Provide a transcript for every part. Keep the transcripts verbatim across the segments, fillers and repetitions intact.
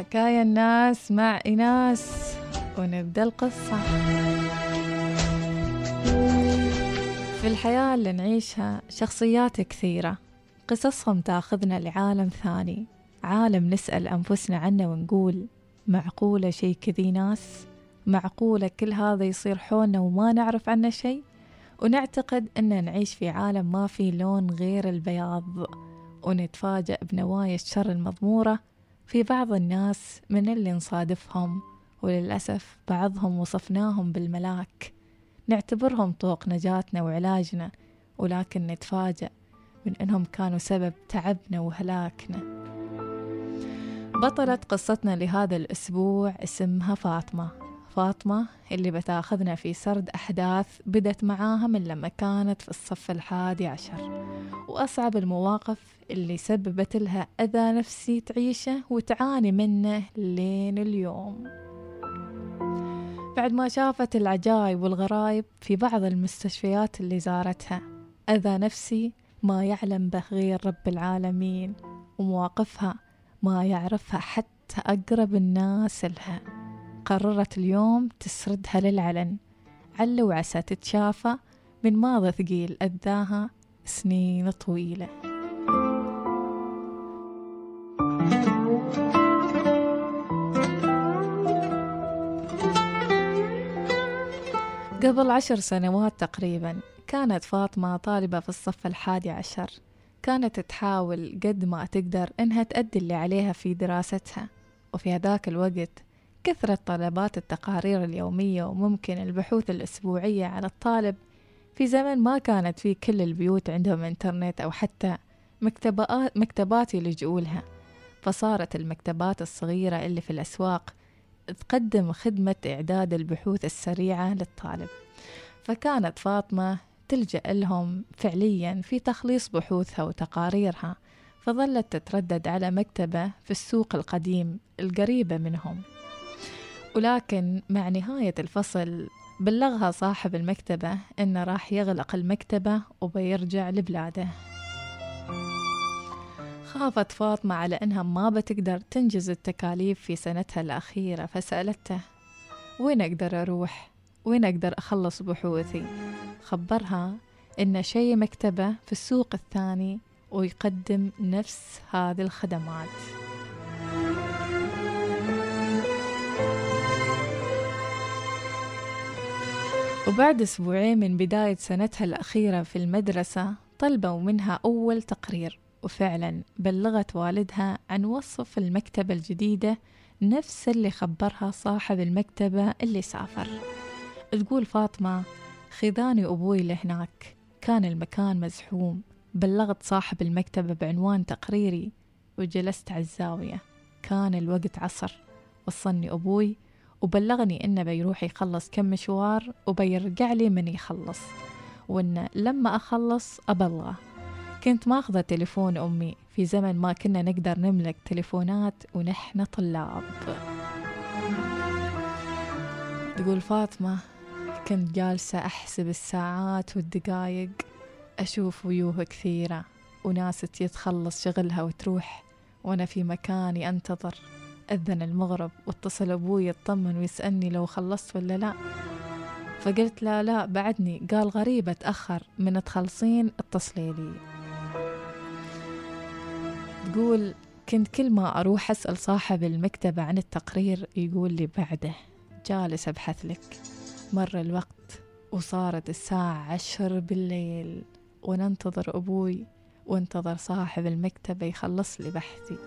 حكاية الناس مع إناس، ونبدأ القصة. في الحياة اللي نعيشها شخصيات كثيرة، قصصهم تاخذنا لعالم ثاني، عالم نسأل أنفسنا عنه ونقول معقولة شي كذي ناس؟ معقولة كل هذا يصير حولنا وما نعرف عنه شي؟ ونعتقد أن نعيش في عالم ما فيه لون غير البياض، ونتفاجأ بنوايا الشر المضمورة في بعض الناس من اللي نصادفهم، وللأسف بعضهم وصفناهم بالملاك، نعتبرهم طوق نجاتنا وعلاجنا، ولكن نتفاجأ من أنهم كانوا سبب تعبنا وهلاكنا. بطلة قصتنا لهذا الأسبوع اسمها فاطمة. فاطمة اللي بتاخذنا في سرد أحداث بدت معاها من لما كانت في الصف الحادي عشر، وأصعب المواقف اللي سببت لها أذى نفسي تعيشه وتعاني منه لين اليوم. بعد ما شافت العجائب والغرايب في بعض المستشفيات اللي زارتها، أذى نفسي ما يعلم به غير رب العالمين، ومواقفها ما يعرفها حتى أقرب الناس لها، قررت اليوم تسردها للعلن، عل وعسى تتشافى من ماضي ثقيل أذاها سنين طويلة. قبل عشر سنوات تقريبا كانت فاطمة طالبة في الصف الحادي عشر، كانت تحاول قد ما تقدر إنها تأدي اللي عليها في دراستها، وفي هذاك الوقت كثرت طلبات التقارير اليومية وممكن البحوث الأسبوعية على الطالب في زمن ما كانت فيه كل البيوت عندهم إنترنت أو حتى مكتبات, مكتبات يلجؤوا لها، فصارت المكتبات الصغيرة اللي في الأسواق تقدم خدمة إعداد البحوث السريعة للطالب، فكانت فاطمة تلجأ لهم فعليا في تخليص بحوثها وتقاريرها، فظلت تتردد على مكتبة في السوق القديم القريبة منهم. ولكن مع نهاية الفصل بلغها صاحب المكتبة إنه راح يغلق المكتبة وبيرجع لبلاده. خافت فاطمة على إنها ما بتقدر تنجز التكاليف في سنتها الأخيرة، فسألته وين أقدر أروح؟ وين أقدر أخلص بحوثي؟ خبرها إن شي مكتبة في السوق الثاني ويقدم نفس هذه الخدمات. وبعد أسبوعين من بداية سنتها الأخيرة في المدرسة طلبوا منها أول تقرير، وفعلا بلغت والدها عن وصف المكتبة الجديدة نفس اللي خبرها صاحب المكتبة اللي سافر. تقول فاطمة خذاني أبوي لهناك، كان المكان مزحوم، بلغت صاحب المكتبة بعنوان تقريري وجلست على الزاوية، كان الوقت عصر، وصلني أبوي وبلغني إنه بيروح يخلص كم مشوار وبيرجع لي من يخلص، وإنه لما أخلص أبلغه. كنت ماخذة تليفون أمي في زمن ما كنا نقدر نملك تليفونات ونحن طلاب. تقول فاطمة كنت جالسة أحسب الساعات والدقايق، أشوف ويوه كثيرة وناس تتخلص شغلها وتروح، وأنا في مكاني أنتظر. أذن المغرب واتصل أبوي يطمن ويسألني لو خلصت ولا لا، فقلت لا لا بعدني، قال غريبة تأخر، من تخلصين اتصلي لي. تقول كنت كل ما أروح أسأل صاحب المكتبة عن التقرير يقول لي بعده، جالس أبحث لك. مر الوقت وصارت الساعة عشر بالليل وننتظر أبوي وانتظر صاحب المكتبة يخلص لي بحثي.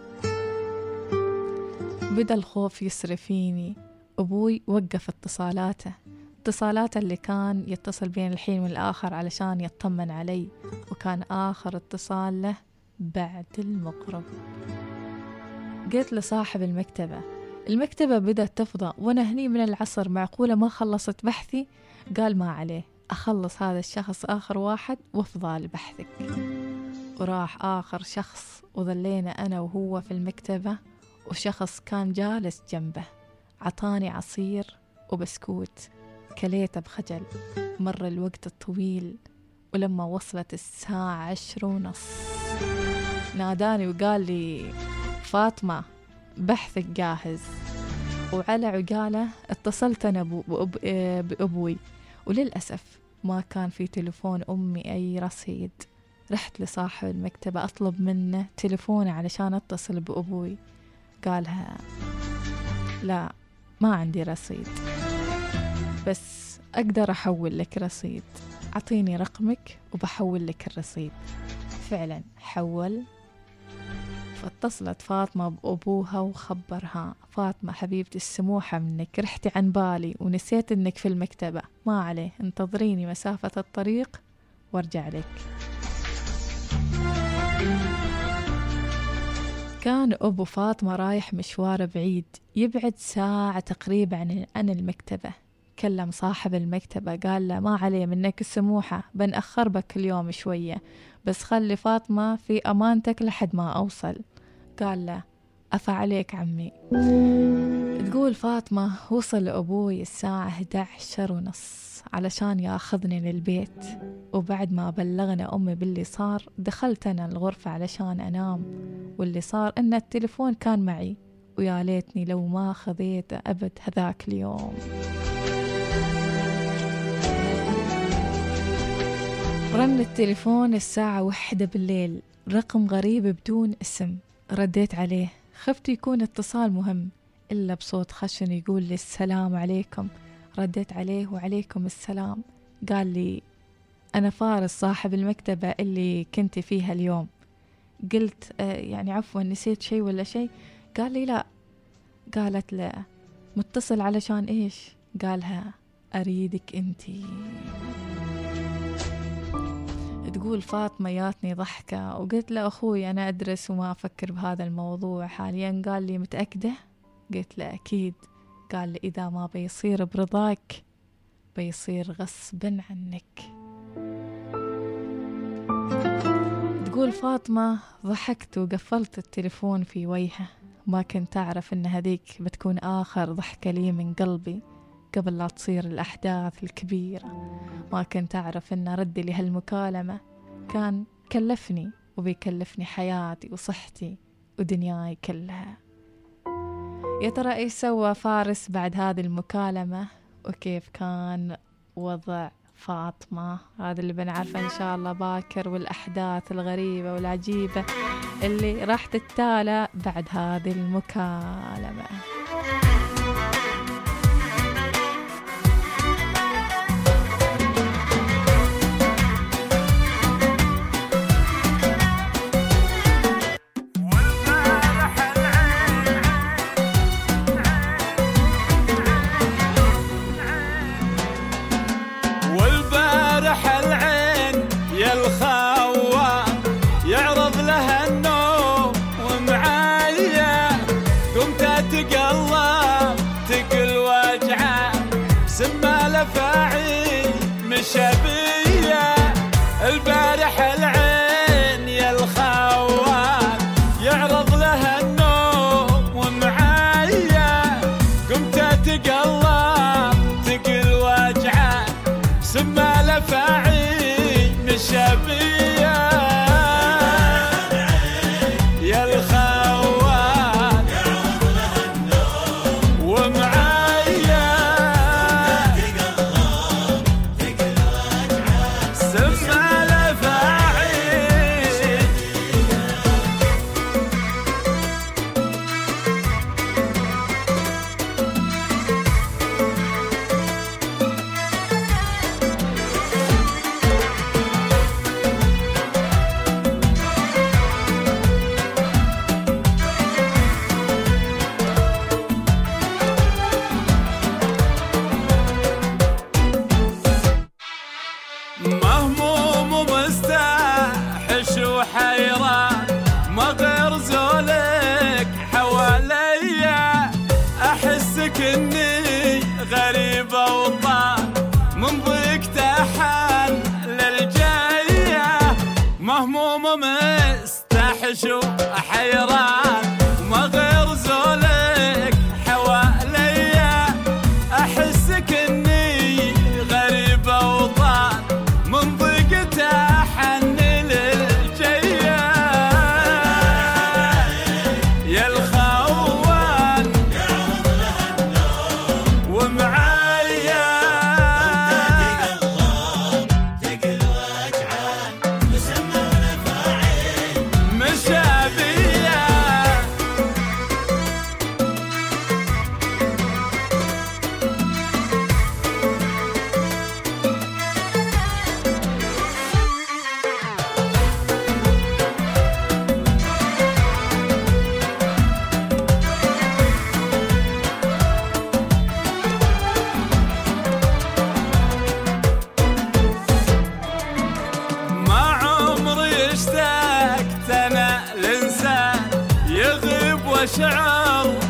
بدأ الخوف يسري فيني. أبوي وقف اتصالاته اتصالاته اللي كان يتصل بين الحين والآخر علشان يطمن علي، وكان آخر اتصال له بعد المغرب. قلت لصاحب المكتبة المكتبة بدأت تفضى وأنا هني من العصر، معقولة ما خلصت بحثي؟ قال ما عليه، أخلص هذا الشخص آخر واحد وافضى لبحثك. وراح آخر شخص وظلينا أنا وهو في المكتبة، وشخص كان جالس جنبه عطاني عصير وبسكوت، كليته بخجل. مر الوقت الطويل ولما وصلت الساعة عشر ونص ناداني وقال لي فاطمة بحثك جاهز. وعلى عقاله اتصلت أنا بأب... بأبوي، وللأسف ما كان في تلفون أمي أي رصيد. رحت لصاحب المكتبة أطلب منه تلفونه علشان أتصل بأبوي. قالها لا، ما عندي رصيد، بس أقدر أحول لك رصيد، أعطيني رقمك وبحول لك الرصيد. فعلا حول. فاتصلت فاطمة بأبوها وخبرها: فاطمة حبيبتي السموحة منك، رحتي عن بالي ونسيت انك في المكتبة، ما عليه، انتظريني مسافة الطريق وارجع لك. كان أبو فاطمة رايح مشوار بعيد يبعد ساعة تقريبا عن المكتبة. كلم صاحب المكتبة قال له: ما عليه منك السموحة، بنأخر بك اليوم شوية، بس خلي فاطمة في أمانتك لحد ما أوصل. قال له: أفا عليك عمي. تقول فاطمة: وصل لأبوي الساعة إحدى عشر ونص علشان ياخذني للبيت، وبعد ما بلغنا أمي باللي صار دخلت أنا الغرفة علشان أنام. واللي صار إن التليفون كان معي، ويا ليتني لو ما خذيته أبد هذاك اليوم. رن التليفون الساعة واحدة بالليل، رقم غريب بدون اسم. رديت عليه، خفت يكون اتصال مهم، إلا بصوت خشن يقول لي: السلام عليكم. رديت عليه: وعليكم السلام. قال لي: أنا فارس صاحب المكتبة اللي كنت فيها اليوم. قلت: آه يعني عفوا، نسيت شيء ولا شيء؟ قال لي: لا. قالت له: متصل علشان إيش؟ قالها: أريدك أنتي. تقول فاطمة: ياتني ضحكة وقلت له: أخوي أنا أدرس وما أفكر بهذا الموضوع حاليا. قال لي: متأكدة؟ قلت له: أكيد. قال لي: إذا ما بيصير برضاك بيصير غصبا عنك. تقول فاطمة: ضحكت وقفلت التليفون في وجهه. ما كنت أعرف إن هذيك بتكون آخر ضحكة لي من قلبي قبل لا تصير الأحداث الكبيرة. ما كنت أعرف إن ردي لهالمكالمة كان كلفني وبيكلفني حياتي وصحتي ودنياي كلها. يا ترى إيش سوى فارس بعد هذه المكالمة، وكيف كان وضع فاطمة؟ هذا اللي بنعرفه إن شاء الله باكر، والأحداث الغريبة والعجيبة اللي راح تتالى بعد هذه المكالمة. شبيه البارح العين يا الخوان يعرض لها النوم ومعايا، قمت اتقلب تقل وجعه سما لفاعين الشبيه يا الخوان يعرض لها النوم ومعايا مهموم ومستحش وحيران، ما غير زولك حواليا، احسك اني غريب وطان من ضيق تحن للجايه. مهموم ومستحش وحيران، ما غير زولك حواليا، احسك اني غريب وطان من ضيق تحن للجايه يا الخوان العمر